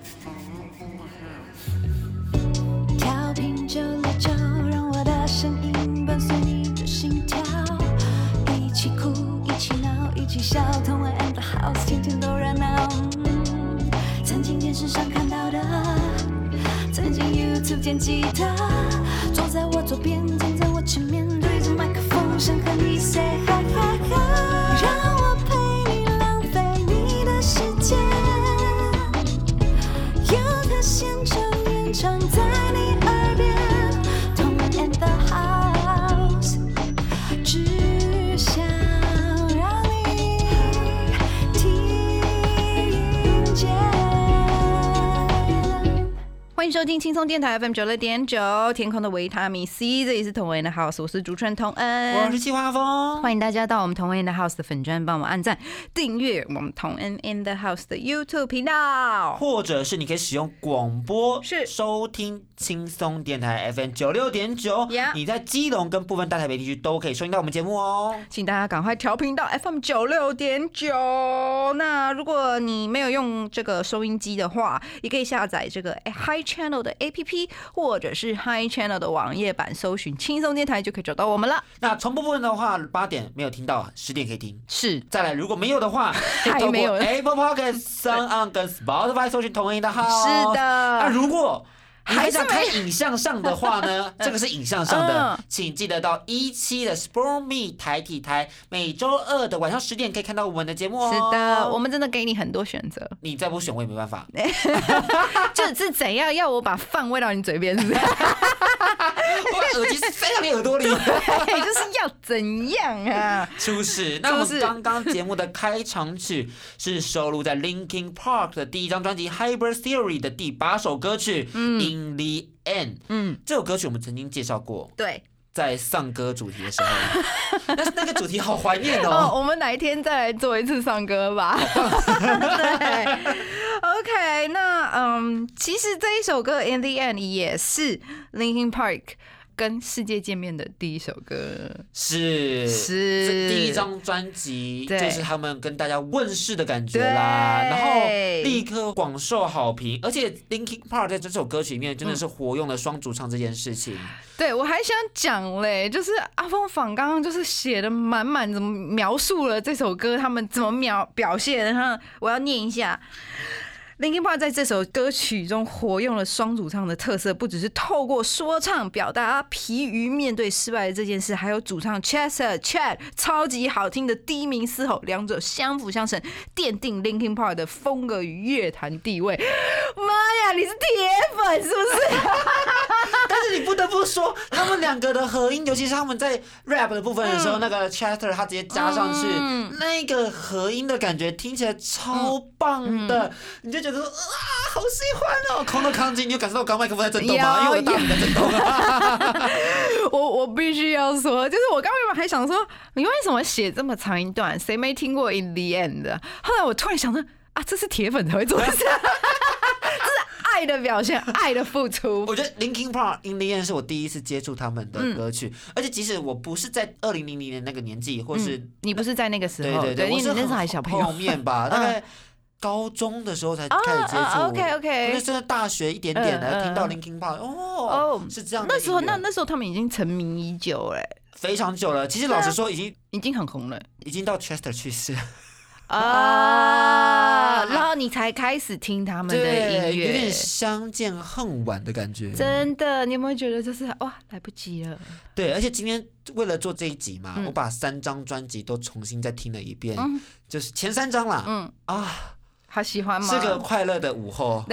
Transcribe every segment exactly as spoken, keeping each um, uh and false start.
调频九六九，让我的声音伴随你的心跳，一起哭，一起闹，一起笑，同玩 and the house， 天天都热闹。嗯、曾经电视上看到的，曾经 YouTube 见吉他，坐在我左边，站在我前面，对着麦克风，想和你 say hi hi hi， 让我陪你浪费你的时间，有他现场演唱在你耳边，同玩 and the house， 只想让你听见。 欢迎收听轻松电台 F M 九六点九，天空的维他命 C， 这里是同恩的 House， 我是主持人同恩， 我是企划风， 欢迎大家到我们同恩的 House 的粉专，帮我们按赞、订阅我们同恩 in the House 的 YouTube 频道， 或者是你可以使用广播是收听轻松电台 F M 九六点九，你在基隆跟部分大台北地区都可以收听到我们节目哦， 请大家赶快调频到 F M 九六点九。那如果你没有用这个收音机的话，也可以下载这个 Hi Channel 的 A P P， 或者是 Hi Channel 的网页版，搜寻轻松电台就可以找到我们了。 那重播部分的话，八点没有听到，十点可以听。 是， 再来，如果没有的话， 还没有 Apple Podcast、Sound On 跟 Spotify 搜寻同音的号。 是的。 那如果你还想看影像上的话呢？这个是影像上的，嗯、请记得到一期的 Sport Me 台体台，每周二的晚上十点可以看到我们的节目哦。 是的，我们真的给你很多选择， 你再不选我也没办法。 就是怎样要我把饭喂到你嘴边，是不是？ 我耳机是塞到你耳朵里， 对，就是要怎样啊？ 出事。那我们刚刚节目的开场曲是收录在 Linkin Park 的第一张专辑《Hybrid Theory》的第八首歌曲。嗯。In the end， 嗯，这首歌曲我们曾经介绍过， 对，在丧歌主题的时候，但是那个主题好怀念 哦, 哦。我们哪一天再来做一次丧歌吧？对 ，OK， 那嗯，其实这一首歌《In the End》也是 Linkin Park跟世界见面的第一首歌， 是是第一张专辑，就是他们跟大家问世的感觉啦，然后立刻广受好评，而且 Linkin Park 在这首歌曲里面真的是活用了双主唱这件事情。嗯、 对，我还想讲嘞，就是阿峰坊刚刚就是写的满满，怎么描述了这首歌他们怎么描表现，然后我要念一下。Linkin Park 在这首歌曲中活用了双主唱的特色，不只是透过说唱表达疲于面对失败的这件事，还有主唱 Chester Chad 超级好听的低鸣嘶吼，两者相辅相成，奠定 Linkin Park 的风格与乐坛地位。妈呀，你是铁粉是不是？ 但是你不得不说，他们两个的合音，尤其是他们在 rap 的部分的时候，嗯、那个 Chester 他直接加上去，嗯、那个合音的感觉听起来超棒的，嗯、你就觉得。啊，好喜欢哦！空的康静，你有感受到刚麦克风在震动吗？因为我的大腿在震动。 我我必须要说，就是我刚原本还想说，你为什么写这么长一段？谁没听过 In the End 的？后来我突然想到，啊，这是铁粉才会做的事，这是爱的表现，爱的付出。 我觉得 Linkin Park In the End 是我第一次接触他们的歌曲，嗯、而且即使我不是在二零零零年那个年纪，或是、 嗯、你不是在那个时候， 对对对， 因为你那时候还小朋友， 后面吧，大概。高中的时候才开始接触、 oh, OK OK， 那真的大学一点点的、uh, uh, 听到 Linkin Park， 哦， oh, 是这样的。 那时候那那时候他们已经成名已久嘞， 非常久了。其实老实说，已经、啊、 已经很红了， 已经到 Chester 去世啊，然后你才开始听他们的音乐， 有点相见恨晚的感觉。 真的，你有没有觉得就是哇，来不及了？ 对，而且今天为了做这一集嘛，嗯、我把三张专辑都重新再听了一遍，嗯、就是前三张啦，嗯啊。 好喜欢吗？ 是个快乐的午后，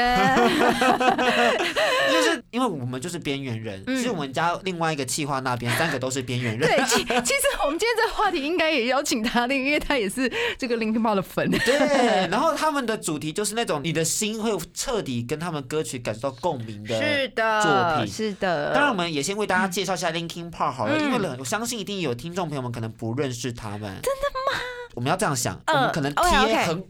就是因为我们就是边缘人，嗯、其实我们家另外一个企划那边三个都是边缘人。 对，其其实我们今天这个话题应该也邀请他的，因为他也是这个 Linkin Park 的粉。 对，然后他们的主题就是那种你的心会彻底跟他们歌曲感受到共鸣的作品。 是的，是的。 当然，我们也先为大家介绍一下 Linkin Park 好了，嗯、因为我相信一定有听众朋友们可能不认识他们。 真的吗？ 我们要这样想，嗯、我们可能贴很广。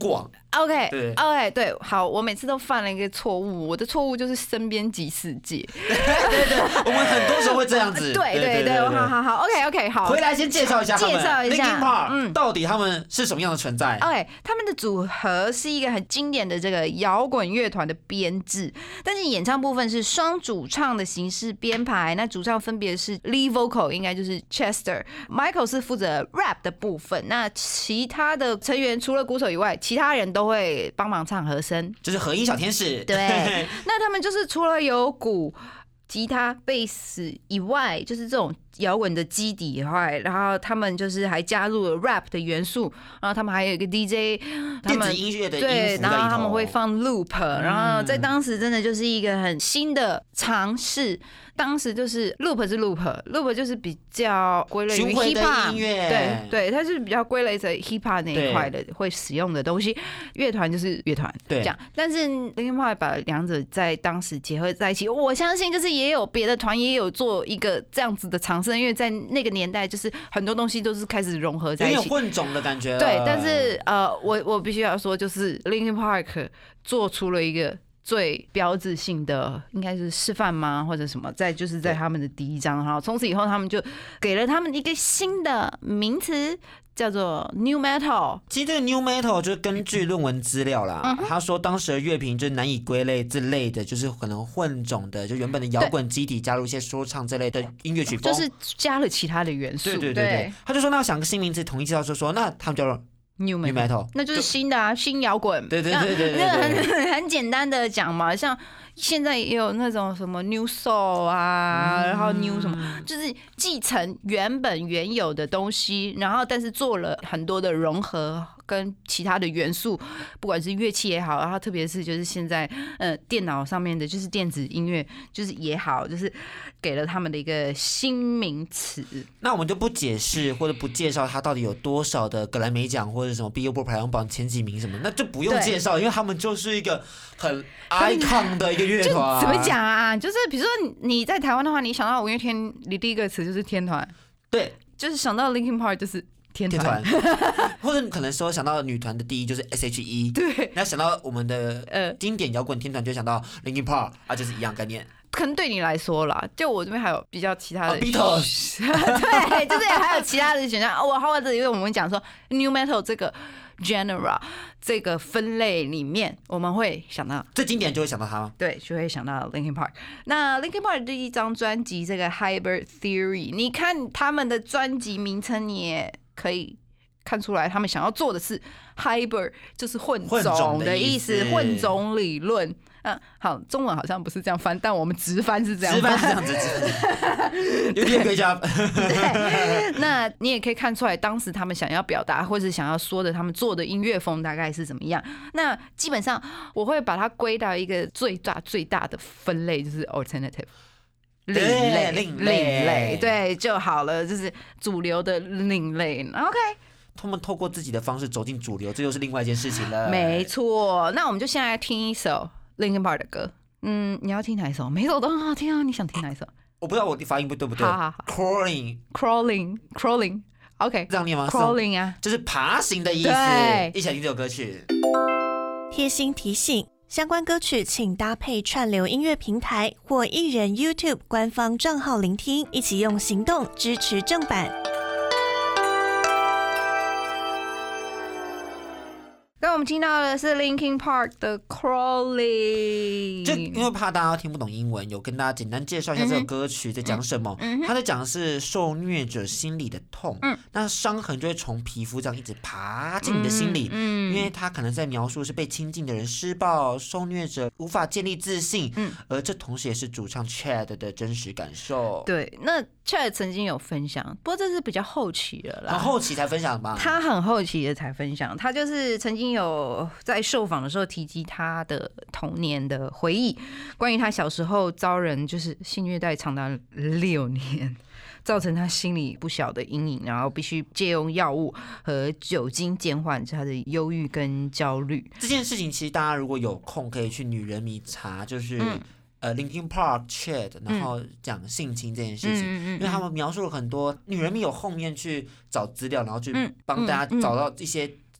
OK 对 OK 对，好，我每次都犯了一个错误，我的错误就是身边即世界。 对对对，我们很多时候会这样子。 对对对，好好好 ，OK OK 好。 回来先介绍一下他们， 介绍一下 Linkin Park，嗯，到底他们是什么样的存在 ？OK， 他们的组合是一个很经典的这个摇滚乐团的编制，但是演唱部分是双主唱的形式编排。那主唱分别是 lead vocal， 应该就是 Chester，Michael 是负责 rap 的部分。那其他的成员除了鼓手以外，其他人都会帮忙唱和声， 就是和音小天使。 对，那他们就是除了有鼓、吉他、贝斯以外，就是这种摇滚的基底以外，然后他们就是还加入了 rap 的元素，然后他们还有一个 D J， 他们电子音乐的音符对，然后他们会放 loop，、 嗯、 然后在当时真的就是一个很新的尝试。当时就是 loop 是 loop，loop 就是比较归类于 hip hop 音乐， 对对，它是比较归类在 hip hop 那一块的会使用的东西。乐团就是乐团，这样。但是 Linkin Park 把两者在当时结合在一起，我相信就是也有别的团也有做一个这样子的尝试，因为在那个年代就是很多东西都是开始融合在一起， 有点混种的感觉。 对，但是呃，我我必须要说，就是 Linkin Park 做出了一个最标志性的应该是示范吗，或者什么，在就是在他们的第一章，然后从此以后他们就给了他们一个新的名词，叫做 New Metal。 其实这个 New Metal 就是根据论文资料啦，嗯、他说当时的乐评就难以归类这类的，就是可能混种的，就原本的摇滚基底加入一些说唱这类的音乐曲风， 就是加了其他的元素。 对对对对，他就说那要想个新名词统一介绍，说说那他们叫做 New Metal，, New Metal 那就是新的啊，新摇滚。 对对对对对对， 那很很简单的讲嘛，像现在也有那种什么 New Soul 啊，嗯、然后 New 什么，就是继承原本原有的东西，然后但是做了很多的融合跟其他的元素，不管是乐器也好，然后特别是就是现在呃电脑上面的，就是电子音乐，就是也好，就是给了他们的一个新名词。 那我们就不解释或者不介绍它到底有多少的格莱美奖或者什么 Billboard 排行榜前几名什么，那就不用介绍，因为他们就是一个很 icon 的一个乐团。 怎么讲啊？就是比如说你在台湾的话，你想到五月天，你第一个词就是天团， 对， 就是想到 Linkin Park 就是天团， 或者可能说想到女团的第一就是 S H E， 对， 那想到我们的经典摇滚天团就想到 Linkin Park 啊，就是一样概念。 可能对你来说啦，就我这边还有比较其他的 ，Beatles， 对，就是还有其他的选项。我或者因为我们讲说 New Metal 这个 genre 这个分类里面，我们会想到最经典就会想到它吗？ 对，就会想到 Linkin Park。那 Linkin Park 第一张专辑这个 Hybrid Theory， 你看他们的专辑名称，你也可以看出来，他们想要做的是 Hybrid， 就是混种的意思，混种理论。嗯，好，中文好像不是这样翻，但我们直翻是这样翻， 直翻是这样子，有点 good job。 对，那你也可以看出来，当时他们想要表达或是想要说的，他们做的音乐风大概是怎么样。那基本上我会把它归到一个最大最大的分类，就是 alternative。另类，另类，对就好了，就是主流的另类。OK。 他们透过自己的方式走进主流，这又是另外一件事情了。 没错，那我们就现在来听一首 Linkin Park 的歌。嗯，你要听哪一首？每一首都很好听啊！你想听哪一首？ 我不知道我的发音不对不对。 好好好 ，Crawling Crawling Crawling OK 这样念吗 ？Crawling 啊， 就是爬行的意思。一起来听这首歌曲。 贴心提醒：相关歌曲请搭配串流音乐平台或艺人 YouTube 官方账号聆听，一起用行动支持正版。 刚我们听到的是 Linkin Park 的 Crawling， 就因为怕大家听不懂英文，有跟大家简单介绍一下这首歌曲在讲什么。嗯、他在讲的是受虐者心里的痛，嗯、那伤痕就会从皮肤这样一直爬进你的心里，嗯嗯、因为他可能在描述是被亲近的人施暴，受虐者无法建立自信，嗯、而这同时也是主唱 Chad 的真实感受。 对，那 Chad 曾经有分享，不过这是比较后期了啦， 很后期才分享吧？ 他很后期的才分享，他就是曾经有在受访的时候提及他的童年的回忆，关于他小时候遭人就是性虐待长达六年，造成他心里不小的阴影，然后必须借用药物和酒精减缓他的忧郁跟焦虑。 这件事情其实大家如果有空可以去女人迷查，就是、嗯呃 Linkin Park Chad， 然后讲性侵这件事情，嗯、因为他们描述了很多女人迷有后面去找资料，然后去帮大家找到一些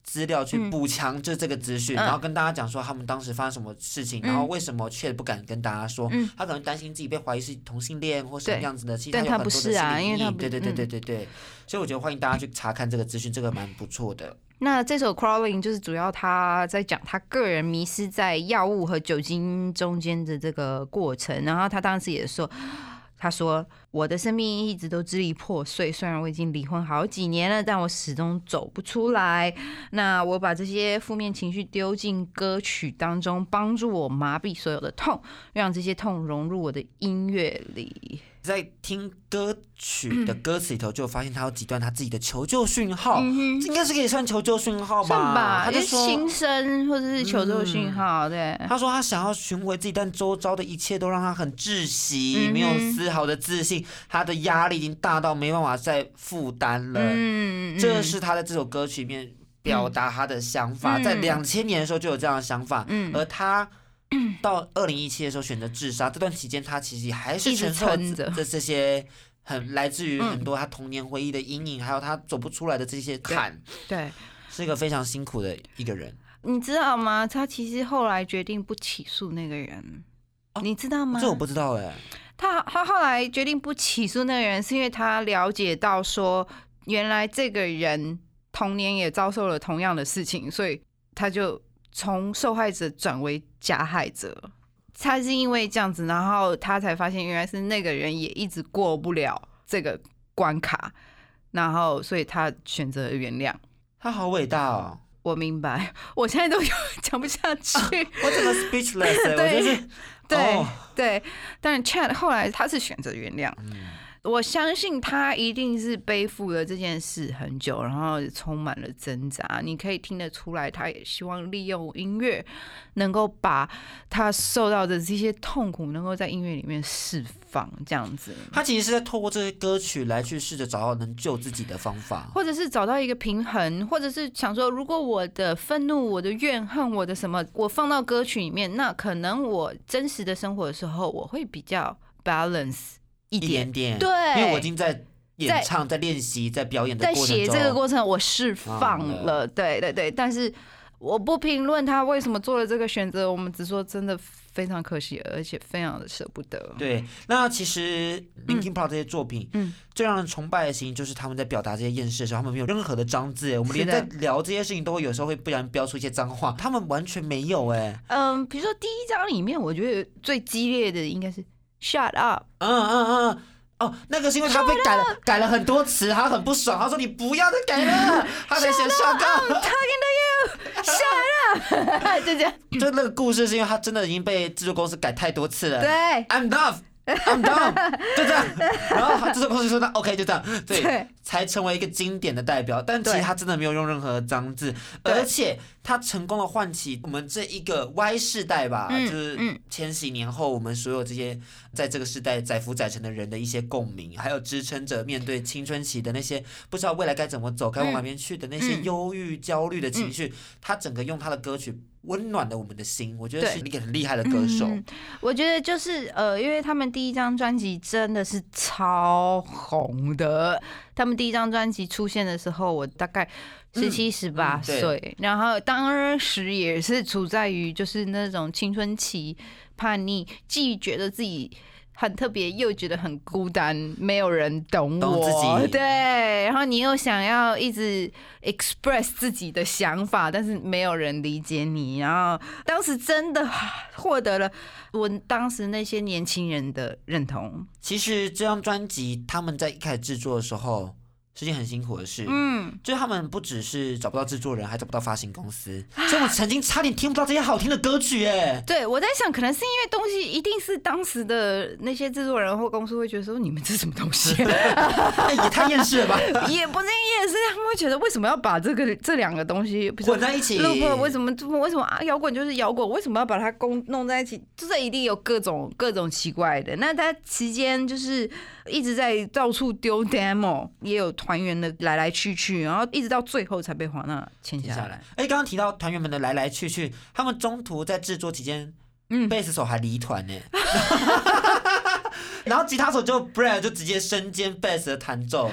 资料去补强就这个资讯， 嗯、 然后跟大家讲说他们当时发生什么事情，嗯、然后为什么却不敢跟大家说，嗯、他可能担心自己被怀疑是同性恋或什么样子的，其实他有很多的心理阴影。对对对对对对，所以我觉得欢迎大家去查看这个资讯，这个蛮不错的。 那这首 Crawling 就是主要他在讲他个人迷失在药物和酒精中间的这个过程，然后他当时也说。他说：“我的生命一直都支离破碎，虽然我已经离婚好几年了，但我始终走不出来。那我把这些负面情绪丢进歌曲当中，帮助我麻痹所有的痛，让这些痛融入我的音乐里。” 在听歌曲的歌词里头，就发现他有几段他自己的求救讯号，嗯、这应该是可以算求救讯号吧？ 算吧， 他就说心声或者是求救讯号。嗯、对， 他说他想要寻回自己，但周遭的一切都让他很窒息，嗯、没有丝毫的自信，他的压力已经大到没办法再负担了。嗯，这是他在这首歌曲里面表达他的想法，嗯、在两千年的时候就有这样的想法，嗯、而他。到二零一七的时候选择自杀，这段期间他其实还是承受着这些很来自于很多他童年回忆的阴影，嗯、还有他走不出来的这些坎。 对，对是一个非常辛苦的一个人。 你知道吗？他其实后来决定不起诉那个人，哦、你知道吗？ 这我不知道哎、欸。 他他后来决定不起诉那个人，是因为他了解到说，原来这个人童年也遭受了同样的事情，所以他就。从受害者转为加害者，他是因为这样子，然后他才发现原来是那个人也一直过不了这个关卡，然后所以他选择原谅。 他好伟大哦！ 我明白，我现在都有讲不下去，啊、 我整个 speechless，、欸、 对我就是对、 哦、 对，但 Chad 后来他是选择原谅。嗯我相信他一定是背负了这件事很久，然后充满了挣扎。你可以听得出来，他也希望利用音乐，能够把他受到的这些痛苦，能够在音乐里面释放，这样子。 他其实是在透过这些歌曲来去试着找到能救自己的方法， 或者是找到一个平衡，或者是想说，如果我的愤怒、我的怨恨、我的什么，我放到歌曲里面，那可能我真实的生活的时候，我会比较 balance。一点点， 对， 因为我已经在演唱、在练习、在表演的过程中， 在写这个过程，我释放了，对对对。但是我不评论他为什么做了这个选择，我们只说真的非常可惜，而且非常的舍不得。 对，那其实 Linkin Park 这些作品，嗯，最让人崇拜的事情就是他们在表达这些厌世的时候，他们没有任何的脏字，我们连在聊这些事情都会有时候会不然标出一些脏话，他们完全没有哎。 嗯，比如说第一章里面，我觉得最激烈的应该是。Shut up！ 嗯嗯嗯，哦，那个是因为他被改了，改了很多词，他很不爽，他说你不要再改了，他才写 Shut up！ I'm talking to you! Shut up！ 就这样。 就那个故事是因为他真的已经被制作公司改太多次了。 对 ，I'm done。I'm done， 就这样，然后制作公司说那 OK 就这样，对，对才成为一个经典的代表。但其实他真的没有用任何的脏字，而且他成功的唤起我们这一个 Y 世代吧，嗯、就是千禧年后我们所有这些在这个世代载浮载沉的人的一些共鸣，还有支撑着面对青春期的那些不知道未来该怎么走、该往哪边去的那些忧郁、焦虑的情绪，嗯、他整个用他的歌曲。温暖了我们的心，我觉得是一个很厉害的歌手。 嗯、我觉得就是呃，因为他们第一张专辑真的是超红的。他们第一张专辑出现的时候，我大概十七、十八岁，然后当时也是处在于就是那种青春期叛逆，既觉得自己。很特别，又觉得很孤单，没有人懂我， 懂自己对，然后你又想要一直 express 自己的想法，但是没有人理解你，然后当时真的获得了我当时那些年轻人的认同。 其实这张专辑他们在一开始制作的时候是件很辛苦的事，嗯，就是他们不只是找不到制作人，还找不到发行公司，所以我们曾经差点听不到这些好听的歌曲，哎， 对，我在想，可能是因为东西一定是当时的那些制作人或公司会觉得说，你们这是什么东西、 啊，也太厌世了吧？ 也不是厌世，他们会觉得为什么要把这个这两个东西混在一起 ？Loop 为什么为什么啊？摇滚就是摇滚，为什么要把它公弄在一起？就是一定有各种各种奇怪的。那他期间就是一直在到处丢 demo， 也有。团员的来来去去，然后一直到最后才被华纳签下来。 哎，刚刚提到团员们的来来去去，他们中途在制作期间，嗯，贝斯手还离团呢，然后吉他手就 Brad 就直接身兼贝斯的弹奏。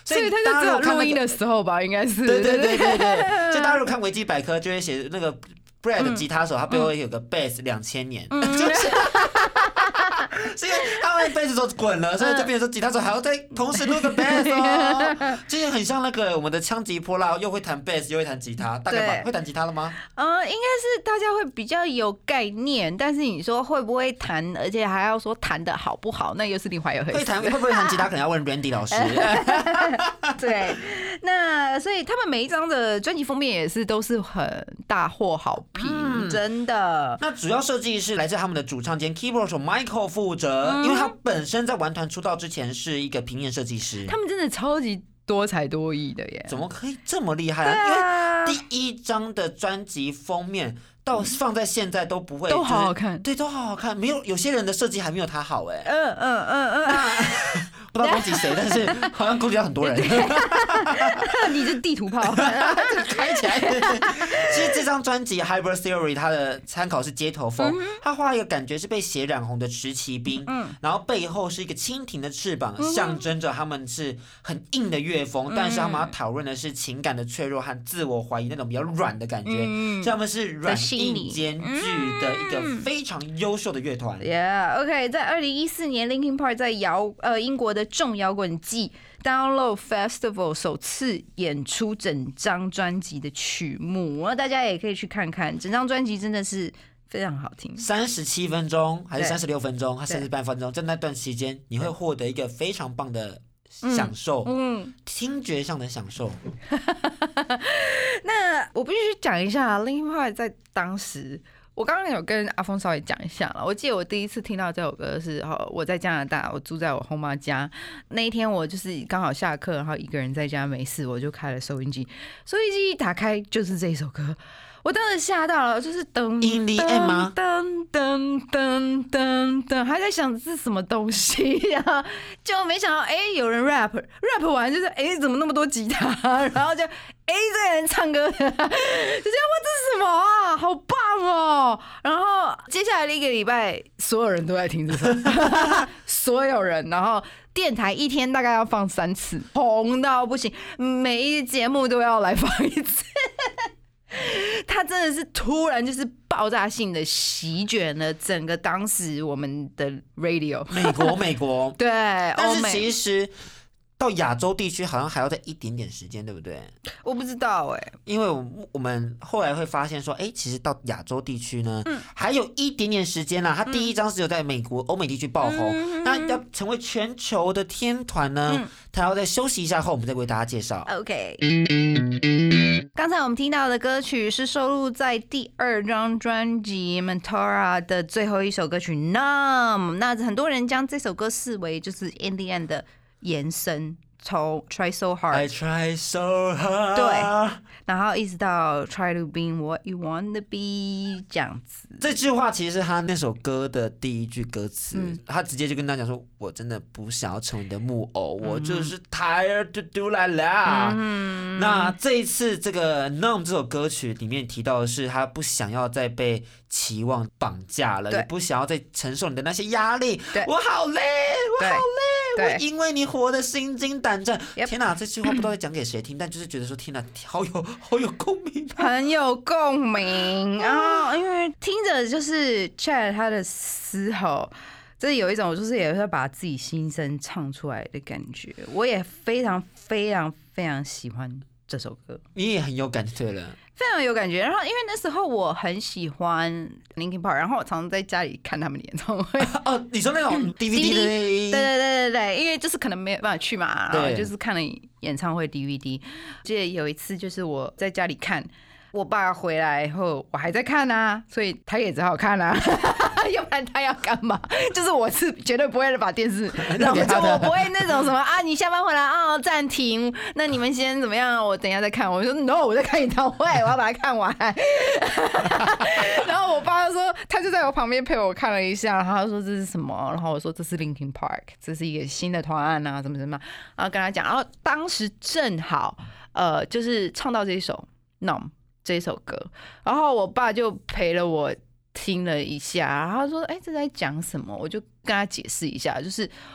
所以他就只有录音的时候吧，应该是。 对对对对对，就大家如果看维基百科，就会写那个 Brad 的吉他手，他背后有个 bass 两千年，就是。是因为他们贝斯都滚了，所以就变成说吉他手还要再同时录个贝斯哦，就是很像那个我们的枪击波拉，又会弹贝斯又会弹吉他，大概吧？会弹吉他了吗？ 呃，应该是大家会比较有概念，但是你说会不会弹，而且还要说弹的好不好，那又是另外一回事。 会弹会不会弹吉他，可能要问 Randy 老师。 对，那所以他们每一张的专辑封面也是都是很大获好评，嗯、真的。 那主要设计是来自他们的主唱兼 keyboard 手 Michael 负责，嗯、因为他本身在玩团出道之前是一个平面设计师。 他们真的超级多才多艺的耶！ 怎么可以这么厉害啊？啊因为第一张的专辑封面到放在现在都不会， 都好好看， 对，都好好看。没有有些人的设计还没有他好哎。 嗯嗯嗯嗯。 不知道攻击谁，但是好像攻击到很多人。 你是地图炮， 开起来。其实这张专辑《Hybrid Theory》它的参考是街头风，嗯、它画一个感觉是被血染红的持骑兵，嗯、然后背后是一个蜻蜓的翅膀，嗯、象征着他们是很硬的乐风，嗯、但是他们要讨论的是情感的脆弱和自我怀疑那种比较软的感觉，嗯、所以他们是软硬兼具的一个非常优秀的乐团。 Yeah, OK， 在二零一四年 ，Linkin Park 在摇呃英国的重摇滚季 Download Festival 首次演出整张专辑的曲目，那大家也可以去看看，整张专辑真的是非常好听。 三十七分钟还是三十六分钟，还是三十半分钟，在那段时间你会获得一个非常棒的享受，嗯嗯、听觉上的享受。 那我必须讲一下 Linkin Park 在当时。我刚刚有跟阿峰稍微讲一下了。我记得我第一次听到这首歌的是我在加拿大，我住在我后妈家那一天，我就是刚好下课，然后一个人在家没事，我就开了收音机，收音机一打开就是这首歌。我当时吓到了，就是噔噔噔噔噔噔噔，还在想这是什么东西啊？就没想到，哎、欸，有人 rap rap 完就是，哎、欸，怎么那么多吉他？然后就，哎、欸，这个人唱歌，就觉得哇，这是什么啊？好棒哦！然后接下来的一个礼拜，所有人都在听这首，所有人，然后。电台一天大概要放三次，红到不行，每一节目都要来放一次。他真的是突然就是爆炸性的席卷了整个当时我们的 radio， 美国美国对， 但是其实到亚洲地区好像还要再一点点时间，对不对？ 我不知道哎、欸， 因为我们后来会发现说，哎、欸，其实到亚洲地区呢，嗯、还有一点点时间啦。他第一张是有在美国、欧、嗯、美地区爆红，嗯、那要成为全球的天团呢，嗯、他要再休息一下后，我们再为大家介绍。 OK， 刚才我们听到的歌曲是收录在第二张专辑 Mentora 的最后一首歌曲 Numb， 那很多人将这首歌视为就是 In the End 的延伸，从 Try So Hard I try so hard 对，然后一直到 Try to be what you want to be 这样子。 这句话其实是他那首歌的第一句歌词，嗯、他直接就跟大家讲说：“我真的不想要成为你的木偶，嗯、我就是 tired to do like that。嗯”那这一次这个 Numb 这首歌曲里面提到的是，他不想要再被期望绑架了，也不想要再承受你的那些压力。我好累，我好累，我因为你活得心惊胆战。天哪，这句话不知道在讲给谁听，但就是觉得说，天哪，好有好有共鸣， 很有共鸣啊！因为听着就是 Chad 他的嘶吼，这有一种就是也会把自己心声唱出来的感觉。我也非常非常非常喜欢这首歌， 你也很有感觉了。 非常有感觉，然后因为那时候我很喜欢 Linkin Park， 然后我常常在家里看他们的演唱会。 哦，你说那种 D V D 的？对对对对对，因为就是可能没有办法去嘛，然后就是看了演唱会 D V D。记得有一次就是我在家里看，我爸回来以后我还在看啊，所以他也只好看啊。要不然他要干嘛？就是我是绝对不会把电视，然后就我不会那种什么啊，你下班回来啊暂停，那你们先怎么样？我等一下再看。我说 no， 我在看演唱会，我要把它看完。然后我爸就说，他就在我旁边陪我看了一下，然后他说这是什么？然后我说这是 Linkin Park， 这是一个新的团啊，什么什么。然后跟他讲，然后当时正好呃，就是唱到这一首 Numb 这一首歌，然后我爸就陪了我。听了一下，然后说：“哎、欸，这在讲什么？”我就跟他解释一下，就是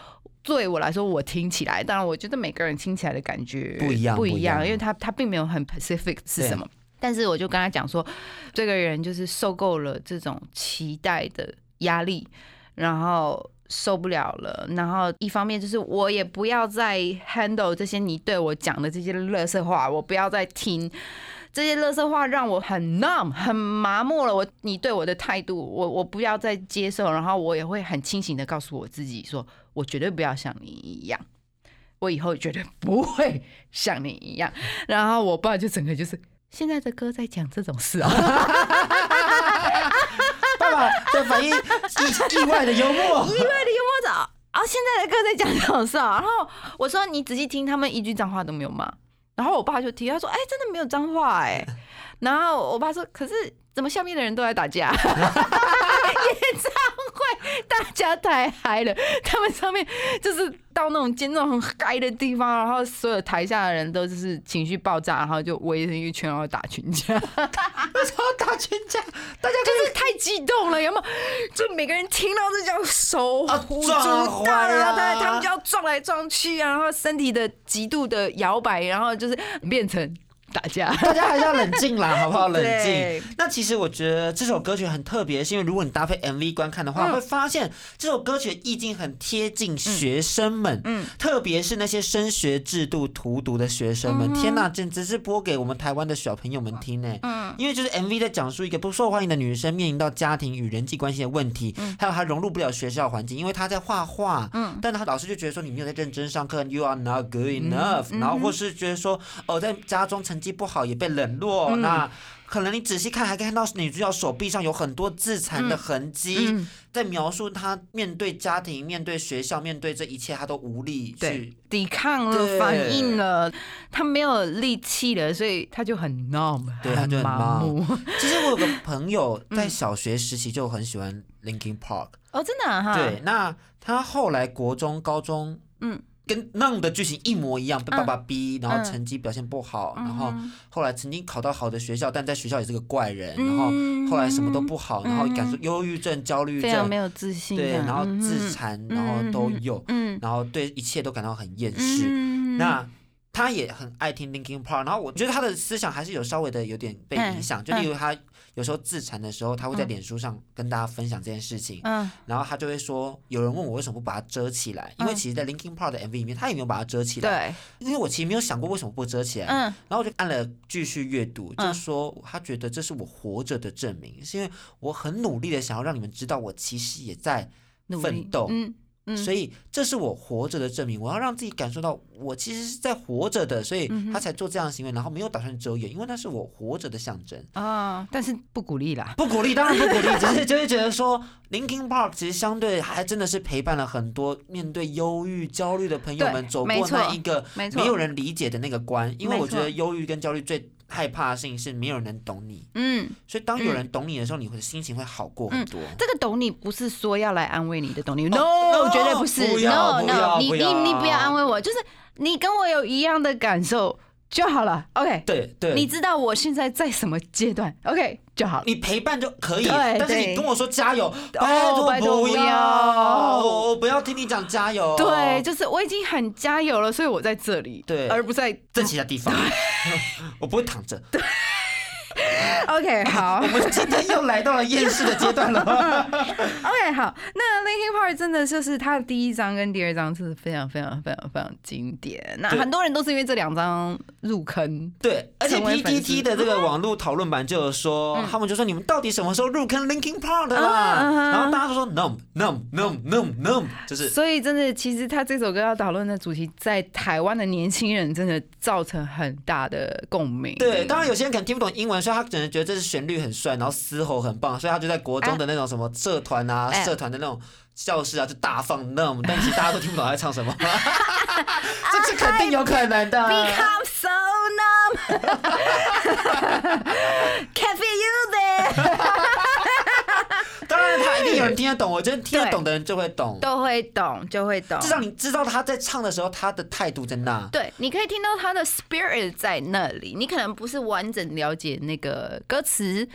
对我来说，我听起来，当然我觉得每个人听起来的感觉不一样， 不一样， 不一样因为他他并没有很 specific 是什么。但是我就跟他讲说，这个人就是受够了这种期待的压力，然后受不了了。然后一方面就是我也不要再 handle 这些你对我讲的这些垃圾话，我不要再听这些垃圾话，让我很 numb 很麻木了。我你对我的态度，我我不要再接受。然后我也会很清醒的告诉我自己说，我绝对不要像你一样，我以后绝对不会像你一样。然后我爸就整个就是。现在的歌在讲这种事啊、哦， 爸爸的反应意意外的幽默，意外的幽默的啊、哦！现在的歌在讲这种事啊、哦，然后我说你仔细听，他们一句脏话都没有骂。然后我爸就提，他说：“哎、欸，真的没有脏话哎、欸。”然后我爸说：“可是怎么下面的人都在打架？演唱会大家太嗨了，他们上面就是到那种尖那种很嗨的地方，然后所有台下的人都就是情绪爆炸，然后就围成一圈，然后打群架。为什么打群架？大家就是太激动了，有没有？就每个人听到这叫手舞足蹈，然后他他们就要撞来撞去，然后身体的极度的摇摆，然后就是变成。”打架， 大家还是要冷静啦，好不好？冷静。那其实我觉得这首歌曲很特别，是因为如果你搭配 M V 观看的话，嗯、会发现这首歌曲的意境很贴近学生们，嗯，特别是那些升学制度荼毒的学生们。嗯、天哪，简直是播给我们台湾的小朋友们听呢。嗯，因为就是 M V 在讲述一个不受欢迎的女生面临到家庭与人际关系的问题，嗯、还有她融入不了学校环境，因为她在画画，嗯，但她老师就觉得说你没有在认真上课 ，You are not good enough，、嗯、然后或是觉得说哦，在家中成绩不好也被冷落，嗯、那可能你仔细看还可以看到女主角手臂上有很多自残的痕迹，嗯嗯、在描述她面对家庭、面对学校、面对这一切，她都无力去抵抗了、反应了，她没有力气了，所以她就很 numb， 对，她就很麻木。其实我有个朋友在小学时期就很喜欢 Linkin Park， 哦，真的啊哈。 对，那他后来国中、高中，嗯。跟那样的剧情一模一样，被爸爸逼，嗯、然后成绩表现不好，嗯、然后后来曾经考到好的学校，但在学校也是个怪人，嗯、然后后来什么都不好，嗯、然后感受忧郁症、焦虑症， 非常没有自信， 对，然后自残，嗯、然后都有，嗯、然后对一切都感到很厌世。嗯、那他也很爱听 Linkin Park， 然后我觉得他的思想还是有稍微的有点被影响，嗯、就例如他。有时候自残的时候，他会在脸书上跟大家分享这件事情，嗯、然后他就会说，有人问我为什么不把它遮起来，因为其实在 Linkin Park 的 M V 里面，他也没有把它遮起来，对，因为我其实没有想过为什么不遮起来，嗯、然后我就按了继续阅读，就是说他觉得这是我活着的证明，是因为我很努力的想要让你们知道，我其实也在奋斗。嗯、所以这是我活着的证明，我要让自己感受到我其实是在活着的，所以他才做这样的行为，然后没有打算遮掩，因为那是我活着的象征啊、哦。但是不鼓励啦， 不鼓励，当然不鼓励，只是就是觉得说 ，Linkin Park 其实相对还真的是陪伴了很多面对忧郁、焦虑的朋友们走过那一个没有人理解的那个关，因为我觉得忧郁跟焦虑最害怕的事情是没有人懂你，嗯，所以当有人懂你的时候，嗯、你会心情会好过很多。嗯、 这个懂你不是说要来安慰你的懂你 ，no，, no 绝对不是 ，no no， 你你你不要安慰我，就是你跟我有一样的感受就好了 ，OK， 对对， 你知道我现在在什么阶段 ，OK 就好了， 你陪伴就可以，但是你跟我说加油，拜托拜托不要，我不要听你讲加油， 对，就是我已经很加油了，所以我在这里， 对， 而不在在其他地方，我不会躺着。 OK， 好， 我们今天又来到了厌世的阶段了。 OK， 好，那 Linkin Park 真的就是他的第一张跟第二张是非常非常非常非常经典。那很多人都是因为这两张入坑， 对，而且 P T T 的这个网络讨论版就有说，嗯、他们就说你们到底什么时候入坑 Linkin Park 的啦？嗯、然后大家都说 No No No No No， 就是。 所以真的，其实他这首歌要讨论的主题，在台湾的年轻人真的造成很大的共鸣。 对，当然有些人可能听不懂英文。所以他可能觉得这是旋律很帅，然后嘶吼很棒，所以他就在国中的那种什么社团啊、欸、社团的那种教室啊，就大放 numb， 但其实大家都听不懂他在唱什么。这是肯定有可能的。 Become so numb, can't feel you there 。 当然，他一定有人听得懂，我觉得听得懂的人就会懂， 都会懂，就会懂。 至少你知道他在唱的时候，他的态度在那。 对，你可以听到他的 spirit 在那里。你可能不是完整了解那个歌词，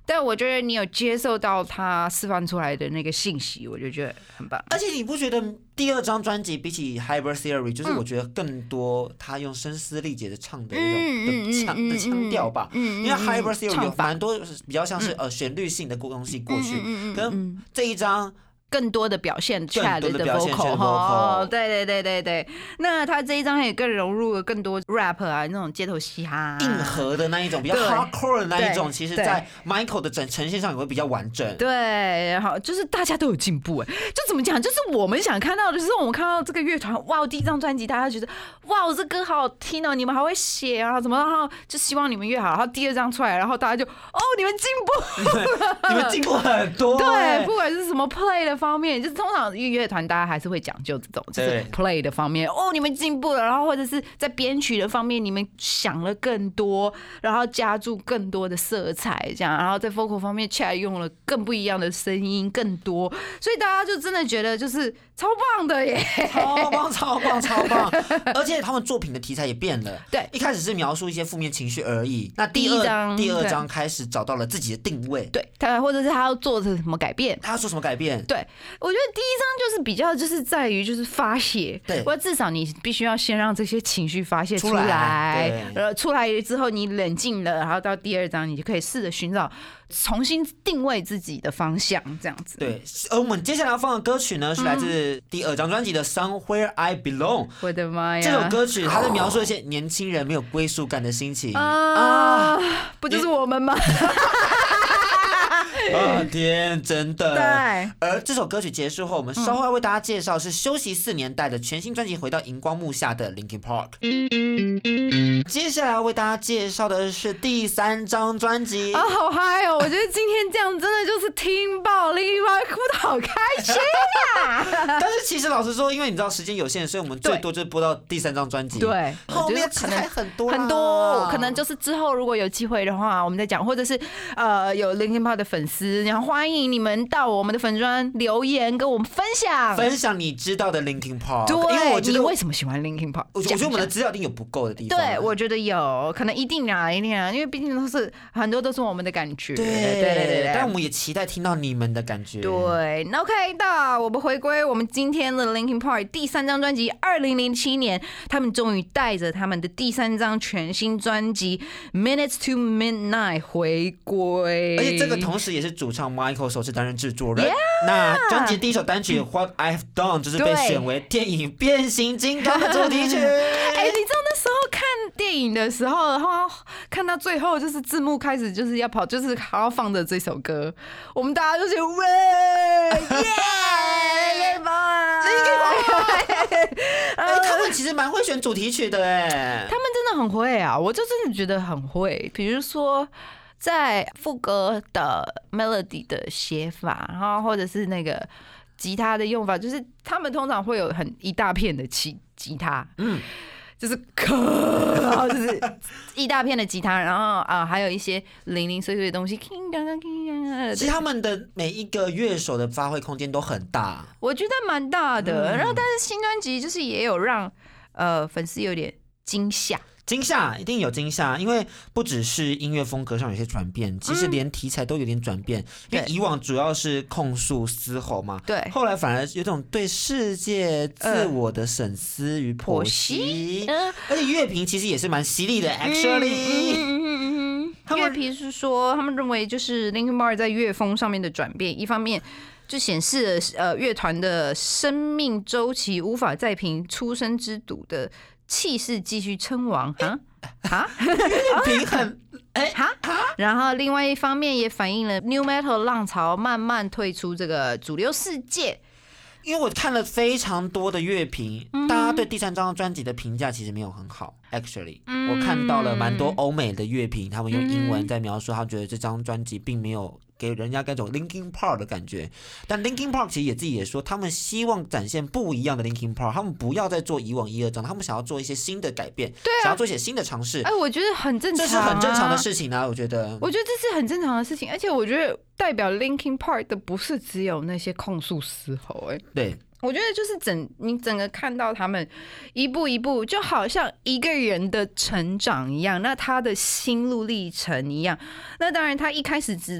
但我觉得你有接受到他释放出来的那个信息，我就觉得很棒。 而且你不觉得第二张专辑比起 Hybrid Theory， 就是我觉得更多他用声嘶力竭的唱的那种的腔的腔调吧？因为 Hybrid Theory 有蛮多比较像是呃旋律性的东西过去，跟这一张。 更多的表现 Chad 的 vocal 哈，对对对对对。那他这一张也更融入了更多 rap 啊，那种街头嘻哈、啊、 硬核的那一种，比较 hardcore 的那一种，其实在 Michael 的整呈现上也会比较完整。 对，好，就是大家都有进步哎，就怎么讲，就是我们想看到的，就是我们看到这个乐团，哇，第一张专辑大家觉得哇，这歌好好听哦，你们还会写啊，怎么，然后就希望你们越好，然后第二张出来，然后大家就哦，你们进步， 你们进步很多， 对，不管是什么 play 的方面，就是通常乐团大家还是会讲究这种，就是 play 的方面，哦，你们进步了，然后或者是在编曲的方面，你们想了更多，然后加注更多的色彩，这样，然后在 vocal 方面 Chad 用了更不一样的声音，更多，所以大家就真的觉得就是超棒的耶， 超棒超棒超棒，而且他们作品的题材也变了， 对， 一开始是描述一些负面情绪而已，那第二章第二章开始找到了自己的定位， 对，他或者是他要做什么改变， 他要做什么改变， 对，我觉得第一章就是比较就是在于就是发泄， 对， 或者至少你必须要先让这些情绪发泄出来，然后出来之后你冷静了，然后到第二章你就可以试着寻找重新定位自己的方向，这样子。 对，而我们接下来要放的歌曲呢，是来自第二张专辑的《Somewhere I Belong》。 我的妈呀！ 这首歌曲它是描述一些年轻人没有归属感的心情啊，不就是我们吗？ 啊天，真的。 对。 而这首歌曲结束后，我们稍后要为大家介绍是休息四年带的全新专辑《回到荧光幕下》的 Linkin Park。接下来要为大家介绍的是第三张专辑啊，好嗨哦！我觉得今天这样真的就是听爆 Linkin Park， 哭得好开心啊！ 但是其实老实说，因为你知道时间有限，所以我们最多就是播到第三张专辑。 对， 后面可能还很多很多，可能就是之后如果有机会的话，我们再讲，或者是呃有 Linkin Park 的粉丝，然后欢迎你们到我们的粉专留言跟我们分享， 分享你知道的 Linkin Park。 对， 因为我觉得你为什么喜欢 Linkin Park？ 我觉得我们的资料一定有不够的地方。 对，我觉得有，可能一定啊，一定啊，因为毕竟都是很多都是我们的感觉。 对对对对，但我们也期待听到你们的感觉。 对，那 OK， 那我们回归我们今天的 Linkin Park 第三张专辑，二零零七年，他们终于带着他们的第三张全新专辑《Minutes to Midnight》回归， 而且这个同时也是主唱 Michael 首次担任制作人。Yeah! 那专辑第一首单曲《What I've Done》就是被选为电影《变形金刚》的主题曲。 哎、欸，你知道那时候看电影的时候，然后看到最后就是字幕开始就是要跑，就是还要放着这首歌，我们大家就觉得喂耶！ 哎，他们其实蛮会选主题曲的哎， 他们真的很会啊，我就真的觉得很会。比如说在副歌的 melody 的写法，然后或者是那个吉他的用法，就是他们通常会有很一大片的吉吉他，嗯。就是然后就是一大片的吉他，然后啊还有一些零零碎碎的东西。 其实他们的每一个乐手的发挥空间都很大， 我觉得蛮大的。嗯、然后但是新专辑就是也有让呃粉丝有点惊吓。 惊吓一定有惊吓，因为不只是音乐风格上有些转变，其实连题材都有点转变。嗯、因为以往主要是控诉嘶吼嘛， 对， 后来反而有种对世界自我的审思与剖析，呃、而且乐评其实也是蛮犀利的。Actually， 嗯嗯嗯嗯、乐评是说，他们认为就是 Linkin Park 在乐风上面的转变，一方面就显示了呃乐团的生命周期无法再凭出生之犊的气势继续称王啊啊！ 平衡哎哈，然后另外一方面也反映了 New Metal 浪潮慢慢退出这个主流世界。 因为我看了非常多的乐评，嗯、大家对第三张专辑的评价其实没有很好。Actually，、嗯、我看到了蛮多欧美的乐评，他们用英文在描述，他觉得这张专辑并没有给人家那种 Linkin Park 的感觉。但 Linkin Park 其实也自己也说，他们希望展现不一样的 Linkin Park， 他们不要再做以往一二张，他们想要做一些新的改变， 对啊、 想要做一些新的尝试。 哎，我觉得很正常、啊， 这是很正常的事情啊，我觉得。 我觉得这是很正常的事情，而且我觉得代表 Linkin Park 的不是只有那些控诉嘶吼，哎， 对。 我觉得就是整你整个看到他们一步一步，就好像一个人的成长一样，那他的心路历程一样。那当然，他一开始只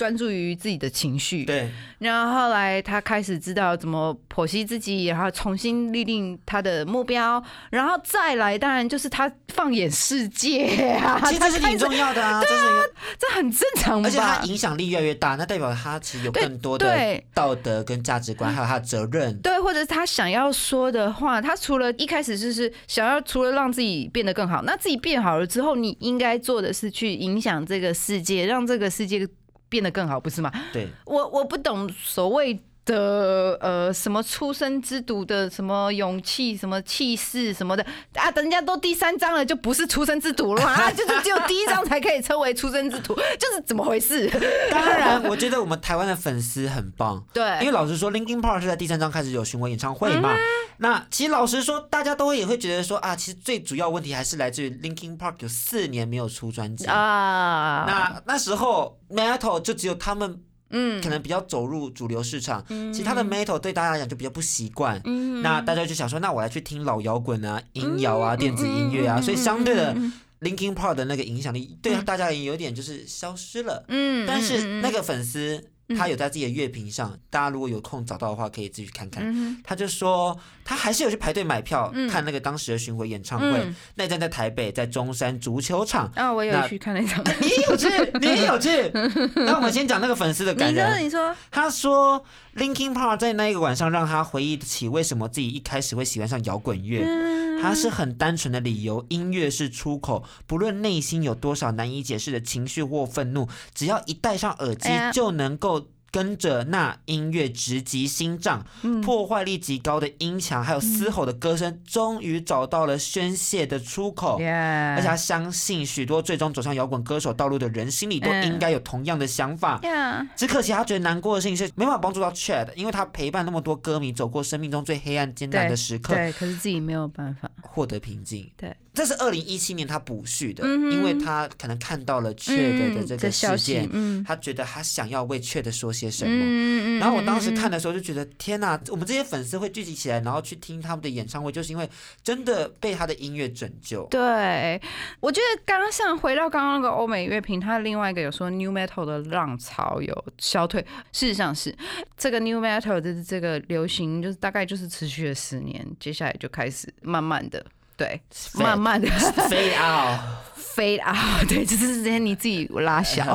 专注于自己的情绪。 对， 然后后来他开始知道怎么剖析自己，然后重新立定他的目标，然后再来，当然就是他放眼世界啊， 其实这是挺重要的啊，这是这很正常吧？ 而且他影响力越来越大，那代表他其实有更多的道德跟价值观，还有他的责任。 对，或者是他想要说的话，他除了一开始就是想要除了让自己变得更好，那自己变好了之后，你应该做的是去影响这个世界，让这个世界变得更好，不是吗？ 对， 我我不懂所谓的呃什么出生之犊的什么勇气、什么气势什么的啊，人家都第三章了，就不是出生之犊了嘛，啊、就是只有第一章才可以称为出生之犊，就是怎么回事？ 当然，我觉得我们台湾的粉丝很棒， 对， 因为老实说 ，Linkin Park 是在第三章开始有巡回演唱会嘛。嗯、那其实老实说，大家都会也会觉得说啊，其实最主要问题还是来自于 Linkin Park 有四年没有出专辑啊。那那时候 Metal 就只有他们。嗯，可能比较走入主流市场，嗯、其他的 metal 对大家来讲就比较不习惯，嗯、那大家就想说，那我来去听老摇滚啊、音摇啊、电子音乐啊，嗯、所以相对的 Linkin Park 的那个影响力对大家也有点就是消失了，嗯，但是那个粉丝。他有在自己的乐评上，大家如果有空找到的话，可以自己去看看。嗯、他就说他还是有去排队买票、嗯、看那个当时的巡回演唱会。嗯、那一站在台北，在中山足球场。 啊，我也有去看那场。 你也有去，你也有去。那我们先讲那个粉丝的感人。 你说，你说。 他说 ，Linkin Park 在那一个晚上让他回忆起为什么自己一开始会喜欢上摇滚乐。嗯、他是很单纯的理由，音乐是出口，不论内心有多少难以解释的情绪或愤怒，只要一戴上耳机就能够。跟着那音乐直击心脏，嗯、破坏力极高的音墙，还有嘶吼的歌声，终于找到了宣泄的出口。Yeah. 而且他相信许多最终走上摇滚歌手道路的人心里都应该有同样的想法。Yeah. 只可惜他觉得难过的事情是没办法帮助到 Chad， 因为他陪伴那么多歌迷走过生命中最黑暗艰难的时刻， 对，对，可是自己没有办法获得平静。 对。 这是二零一七年他补序的，嗯、因为他可能看到了 Chad 的这个事件，嗯、他觉得他想要为 Chad 说些什么。嗯、然后我当时看的时候就觉得，天哪！我们这些粉丝会聚集起来，然后去听他们的演唱会，就是因为真的被他的音乐拯救。 对，我觉得刚刚像回到刚刚那个欧美乐评，他另外一个有说 New Metal 的浪潮有消退，事实上是这个 New Metal 的这个流行，就是大概就是持续了十年，接下来就开始慢慢的。对，慢慢的 fade out fade out， 对，这是之前你自己拉小，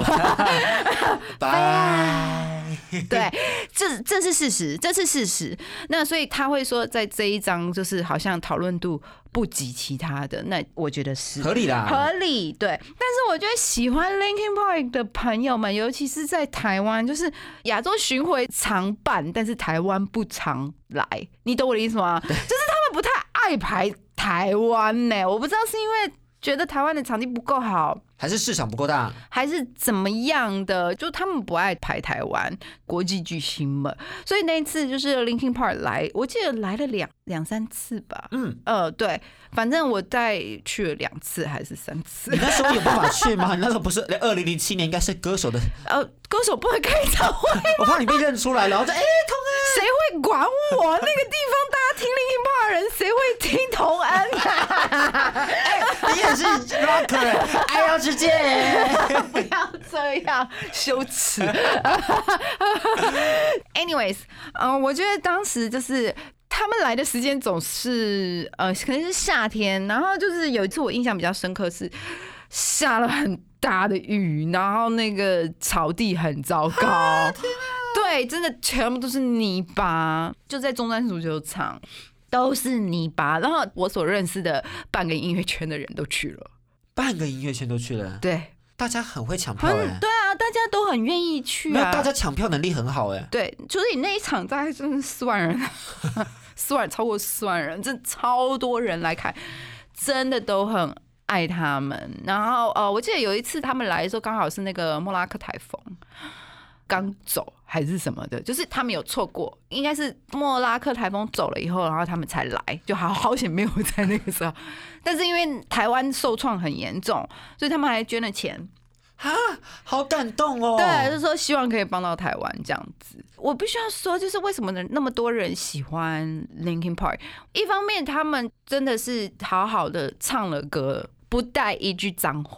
拜， 对，这这是事实，这是事实。那所以他会说，在这一章就是好像讨论度不及其他的，那我觉得是合理啦， 合理，对。但是我觉得喜欢 Linkin Park 的朋友们，尤其是在台湾，就是亚洲巡回常办，但是台湾不常来，你懂我的意思吗？就是他们不太爱排。台湾呢、欸，我不知道是因为觉得台湾的场地不够好， 还是市场不够大， 还是怎么样的？就他们不爱排台湾国际巨星们，所以那一次就是 Linkin Park 来，我记得来了两两三次吧。嗯，呃，对，反正我带去了两次还是三次。 你那时候有办法去吗？你那时候不是二零零七年应该是歌手的， 呃，歌手不能开唱会， 我怕你被认出来了，然后就哎，童恩， 谁会管我？那个地方大家听 Linkin Park 的人，谁会听童恩啊？ 哎，你也是 rocker， 爱要之剑， 不要这样羞耻。Anyways， 嗯、呃，我觉得当时就是他们来的时间总是呃，可能是夏天，然后就是有一次我印象比较深刻是下了很大的雨，然后那个草地很糟糕，啊、对，真的全部都是泥巴，就在中山足球场都是泥巴，然后我所认识的半个音乐圈的人都去了。 半个音乐圈都去了， 对， 大家很会抢票哎、欸， 对啊，大家都很愿意去啊， 大家抢票能力很好哎、欸， 对，就是你那一场大概真的四万人，四万超过四万人，真的超多人来看，真的都很爱他们。然后呃，我记得有一次他们来的时候，刚好是那个莫拉克台风刚走还是什么的，就是他们有错过，应该是莫拉克台风走了以后，然后他们才来，就好好险没有在那个时候。但是因为台湾受创很严重，所以他们还捐了钱。 哈，好感动哦！ 对，就是说希望可以帮到台湾这样子。我必须要说，就是为什么那么多人喜欢 Linkin Park？ 一方面他们真的是好好的唱了歌，不带一句脏话。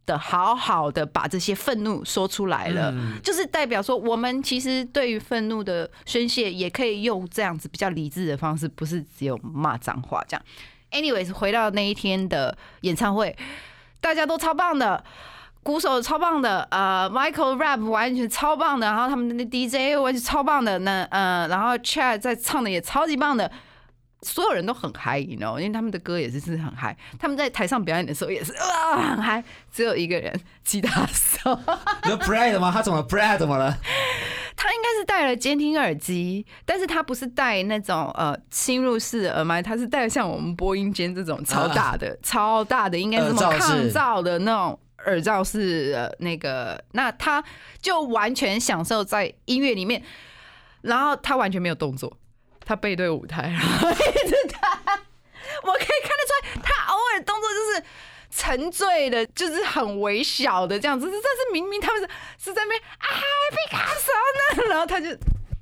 的好好的把这些愤怒说出来了，嗯、就是代表说我们其实对于愤怒的宣泄也可以用这样子比较理智的方式，不是只有骂脏话这样。anyways， 回到那一天的演唱会，大家都超棒的。鼓手超棒的，呃 ，Michael rap 完全超棒的，然后他们的 D J 完全超棒的，那呃，然后 Chad 在唱的也超级棒的，所有人都很嗨，你知道，因为他们的歌也是是很嗨，他们在台上表演的时候也是啊很嗨，只有一个人吉他手。 你说 Brad 吗？他怎么 Brad 怎么了？ 他应该是戴了监听耳机，但是他不是戴那种呃侵入式的耳麦，他是戴像我们播音间这种超大的、啊、超大的，应该是什么抗噪的那种。耳罩是呃那个，那他就完全享受在音乐里面，然后他完全没有动作，他背对舞台，然后一直弹，我可以看得出来，他偶尔动作就是沉醉的，就是很微小的这样子，但是明明他们是是在那边啊皮卡丘呢，然后他就。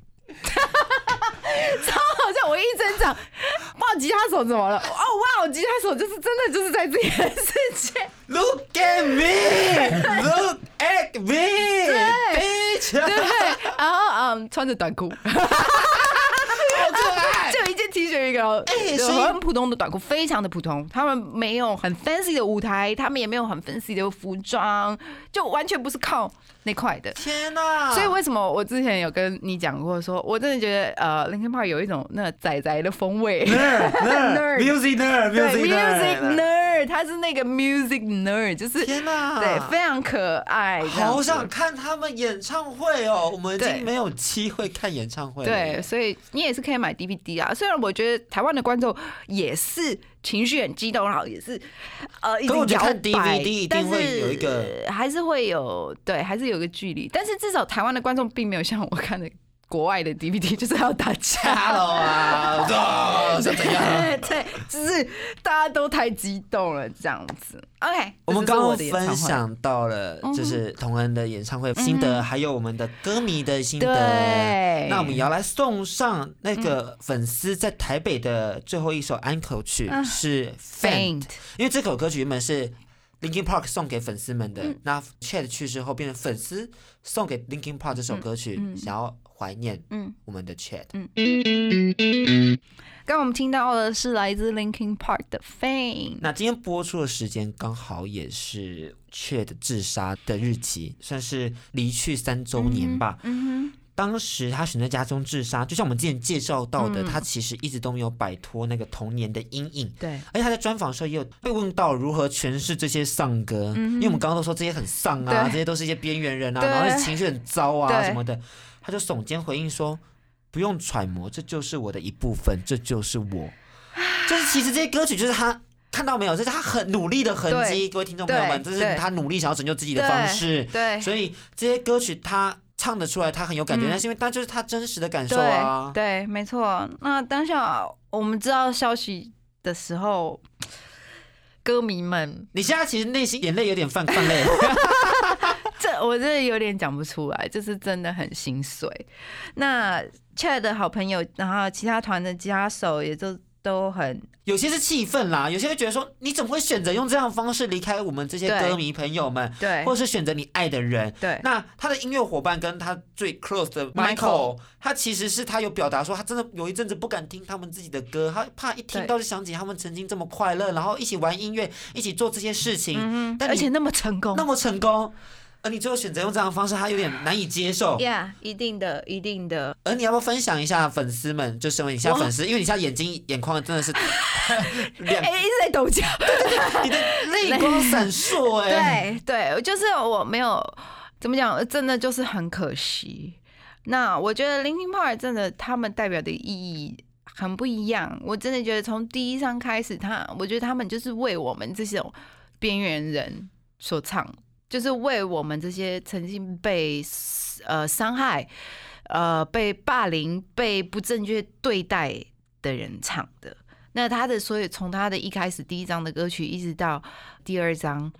超好笑！我一整场，哇，吉他手怎么了？哦，哇，吉他手就是真的就是在这件事情。 Look at me, look at me, 对，对，然后嗯，穿着短裤。 好可爱， 就一件 T 恤一个，哎，很普通的短裤，非常的普通。他们没有很 fancy 的舞台，他们也没有很 fancy 的服装，就完全不是靠那块的。 天哪！ 所以为什么我之前有跟你讲过说，我真的觉得呃 Linkin Park 有一种那仔仔的风味 ，nerd nerd music nerd music nerd nerd， 他是那个 music nerd， 就是天哪， 对，非常可爱。 好想看他们演唱会哦，我们已经没有机会看演唱会了。 对，所以你也是可以买 D V D 啊。虽然我觉得台湾的观众也是情绪很激动，然后也是呃一直摇摆， 看 D V D 一定会有一个， 还是会有对，还是有个距离。但是至少台湾的观众并没有像我看的国外的 D V D， 就是要打架了啊，是怎样？ 对，就是大家都太激动了，这样子。OK， 我们刚刚分享到了，就是同恩的演唱会心得，还有我们的歌迷的心得。 对， 那我们也要来送上那个粉丝在台北的最后一首安可曲是 Faint， 因为这首歌曲原本是Linkin Park 送给粉丝们的，嗯、那 Chad 去世后变成粉丝送给 Linkin Park 这首歌曲，嗯嗯、想要怀念我们的 Chad。嗯嗯刚刚我们听到的是来自 Linkin Park 的 Fame。 那今天播出的时间刚好也是 Chad 自杀的日期，算是离去三周年吧。嗯嗯当时他选择家中自杀，就像我们之前介绍到的，嗯、他其实一直都没有摆脱那个童年的阴影。 对， 而且他在专访的时候也有被问到如何诠释这些丧歌，嗯、因为我们刚刚都说这些很丧啊，这些都是一些边缘人啊，然后情绪很糟啊什么的，他就耸肩回应说：“不用揣摩，这就是我的一部分，这就是我。”就是其实这些歌曲就是他。看到没有？这是他很努力的痕迹，各位听众朋友们，这是他努力想要拯救自己的方式。 对， 所以这些歌曲他唱得出来，他很有感觉，但、嗯、是因为他就是他真实的感受啊。 对，对没错。那当下我们知道消息的时候，歌迷们， 你现在其实内心眼泪有点泛泛泪。 这我真的有点讲不出来，就是真的很心碎。那 Chad 的好朋友，然后其他团的吉他手也就都很。 有些是气愤啦，有些会觉得说你怎么会选择用这样的方式离开我们这些歌迷朋友们， 对， 或者是选择你爱的人， 对。 那他的音乐伙伴跟他最 close 的 Michael，, Michael 他其实是他有表达说他真的有一阵子不敢听他们自己的歌，他怕一听到就想起他们曾经这么快乐，然后一起玩音乐，一起做这些事情， 嗯、但而且那么成功， 那么成功。而你最后选择用这样的方式，他有点难以接受。 Yeah， 一定的，一定的。 而你要不要分享一下粉丝们，就身为你现在粉丝，因为你现在眼睛眼眶真的是两，哎、欸，一直在抖脚， 对对对，你的泪光闪烁， 哎，对对，就是我没有怎么讲，真的就是很可惜。那我觉得 Linkin Park 真的他们代表的意义很不一样，我真的觉得从第一章开始，他我觉得他们就是为我们这种边缘人所唱。就是为我们这些曾经被呃伤害、呃被霸凌、被不正确对待的人唱的。那他的所以从他的一开始第一章的歌曲，一直到第二章，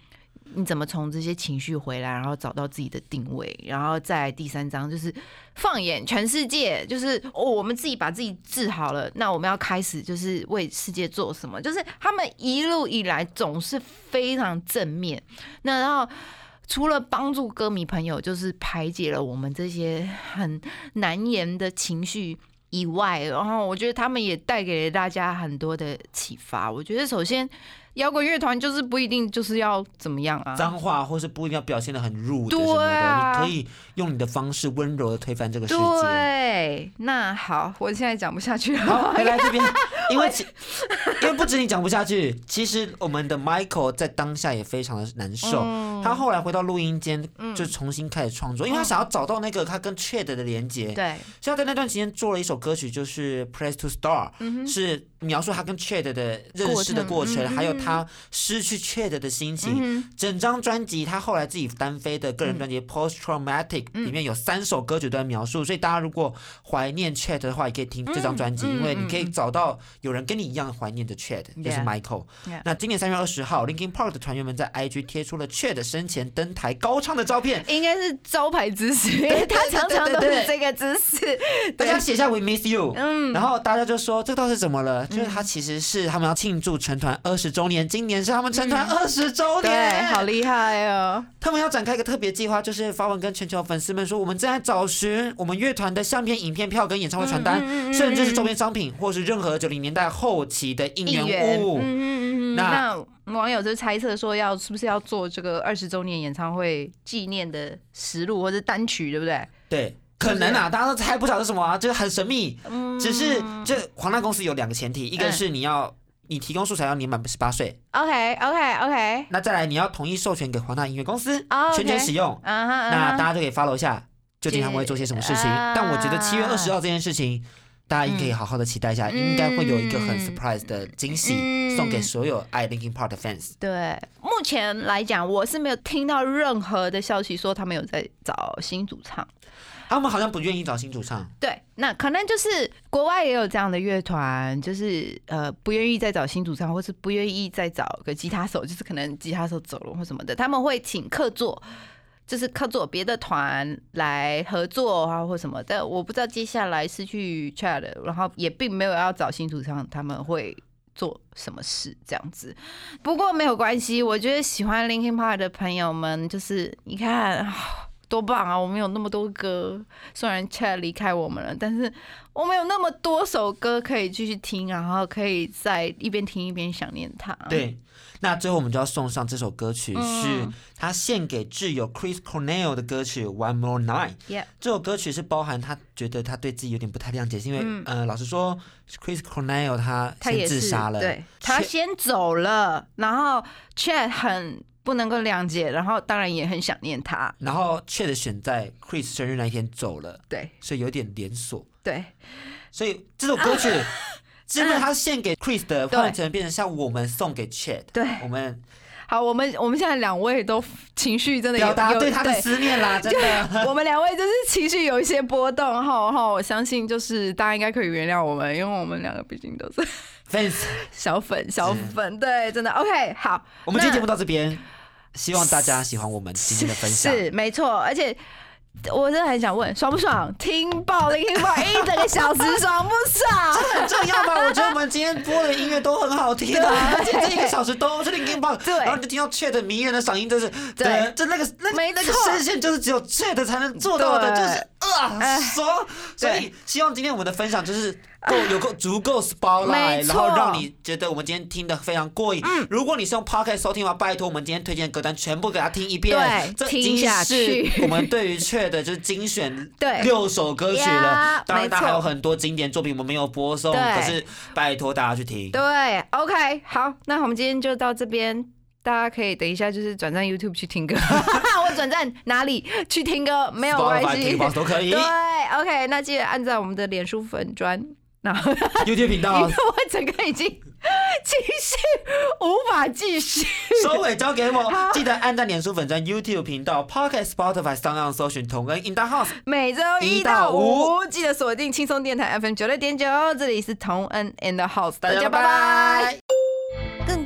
你怎么从这些情绪回来，然后找到自己的定位，然后再来第三章就是放眼全世界，就是哦，我们自己把自己治好了，那我们要开始就是为世界做什么？就是他们一路以来总是非常正面，那然后。除了帮助歌迷朋友，就是排解了我们这些很难言的情绪以外，然后我觉得他们也带给了大家很多的启发。我觉得首先，摇滚乐团就是不一定就是要怎么样啊， 脏话或是不一定要表现得很rude的什么的， 啊、 你可以用你的方式温柔的推翻这个世界。 对，那好，我现在讲不下去了。 好，回来这边，因为因为不止你讲不下去，其实我们的 Michael 在当下也非常的难受。嗯他后来回到录音间，就重新开始创作，因为他想要找到那个他跟 Chad 的连接。 对， 所以他在那段时间做了一首歌曲，就是 Press to Star，、嗯、是描述他跟 Chad 的认识的过程，过程嗯、还有他失去 Chad 的心情。嗯、整张专辑，他后来自己单飞的个人专辑、嗯、Post Traumatic 里面有三首歌曲都在描述，所以大家如果怀念 Chad 的话，也可以听这张专辑、嗯，因为你可以找到有人跟你一样怀念着 Chad，、嗯、就是 Michael。Yeah. 那今年三月二十号 ，Linkin Park 的团员们在 I G 贴出了 Chad 生前登台高唱的照片， 应该是招牌姿势，因为他常常都是这个姿势。 大家写下 We Miss You， 嗯，然后大家就说这倒是怎么了？就是他其实是他们要庆祝成团二十周年，今年是他们成团二十周年， 对，好厉害哦！ 他们要展开一个特别计划，就是发文跟全球粉丝们说，我们正在找寻我们乐团的相片、影片、票跟演唱会传单，嗯嗯嗯、甚至是周边商品，或是任何九零年代后期的应援物。嗯嗯嗯、那网友就猜测说，要是不是要做这个二十周年演唱会纪念的实录或者单曲，对不对？ 对。可能啊，大家都猜不晓得是什么啊，就是很神秘。嗯、只是这黄大公司有两个前提，一个是你要你提供素材要年满十八岁 ，OK OK OK。 那再来你要统一授权给黄大音乐公司、 oh, okay. 全权使用。Uh-huh, uh-huh. 那大家就可以 follow 一下，究竟他们会做些什么事情。Uh-huh. 但我觉得七月二十号这件事情，大家可以好好的期待一下，嗯、应该会有一个很 surprise 的惊喜、嗯、送给所有爱 Linkin Park 的 fans。 对，目前来讲，我是没有听到任何的消息说他们有在找新主唱。 他们好像不愿意找新主唱， 对，那可能就是国外也有这样的乐团，就是呃不愿意再找新主唱，或是不愿意再找个吉他手，就是可能吉他手走了或什么的，他们会请客座，就是客座别的团来合作啊或什么的。我不知道接下来失去 Chad， 然后也并没有要找新主唱，他们会做什么事这样子。不过没有关系，我觉得喜欢 Linkin Park 的朋友们，就是你看。多棒啊！我们有那么多歌，虽然 Chad 离开我们了，但是我们有那么多首歌可以继续听，然后可以在一边听一边想念他。 对，那最后我们就要送上这首歌曲，嗯、是他献给挚友 Chris Cornell 的歌曲 One More Night。Yeah. 这首歌曲是包含他觉得他对自己有点不太谅解，是因为、嗯、呃，老实说 ，Chris Cornell 他先自杀了， 对，他先走了，然后 Chad 很。不能够谅解，然后当然也很想念他。 然后 Chad 选在 Chris 生日那一天走了， 对， 所以有点连锁。 对， 所以这首歌曲，是因为他献给 Chris 的，换成变成像我们送给 Chad。 对， 我们好，我们我们现在两位都情绪真的有表达对他的思念啦，真的。 我们两位就是情绪有一些波动，哈哈，我相信就是大家应该可以原谅我们，因为我们两个毕竟都是粉小粉小粉，对，真的 OK。好， 我们今天节目到这边。希望大家喜欢我们今天的分享， 是没错，而且我真的很想问，爽不爽？听爆Linkin Park一整个小时，爽不爽？ 这很重要吧？我觉得我们今天播的音乐都很好听的、啊，而且这一个小时都是Linkin Park，然后你就听到 Chad 迷人的嗓音，就是对，就那个那那个声线，就是只有 Chad 才能做到的，就是啊爽。所以希望今天我们的分享就是够有够足够 spotlight， 然后让你觉得我们今天听得非常过瘾。嗯、如果你是用 podcast 收听的话，拜托我们今天推荐的歌单全部给他听一遍， 对， 这已经是我们对于Chad的就是精选六首歌曲了。当然，它还有很多经典作品我们没有播送，可是拜托大家去听。 对 ，OK， 好，那我们今天就到这边。大家可以等一下，就是转战 YouTube 去听歌，或转战哪里去听歌没有关系， 都可以。 对 ，OK， 那记得按照我们的脸书粉专，然后 YouTube 频道， 因为我整个已经情绪无法继续， 收尾交给我。记得按赞脸书粉专 YouTube 频道 Podcast、Spotify 上岸搜寻同恩 In the House， 每周一到五记得锁定轻松电台 F M 九六点九，这里是同恩 In the House， 大家拜拜。 更多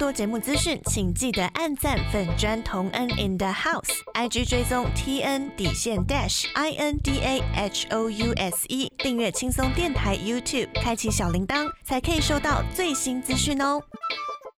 多节目资讯，请记得按赞粉专同恩 in the house，I G 追踪 T N 底线 dash I N D A H O U S E， 订阅轻松电台 YouTube， 开启小铃铛，才可以收到最新资讯哦。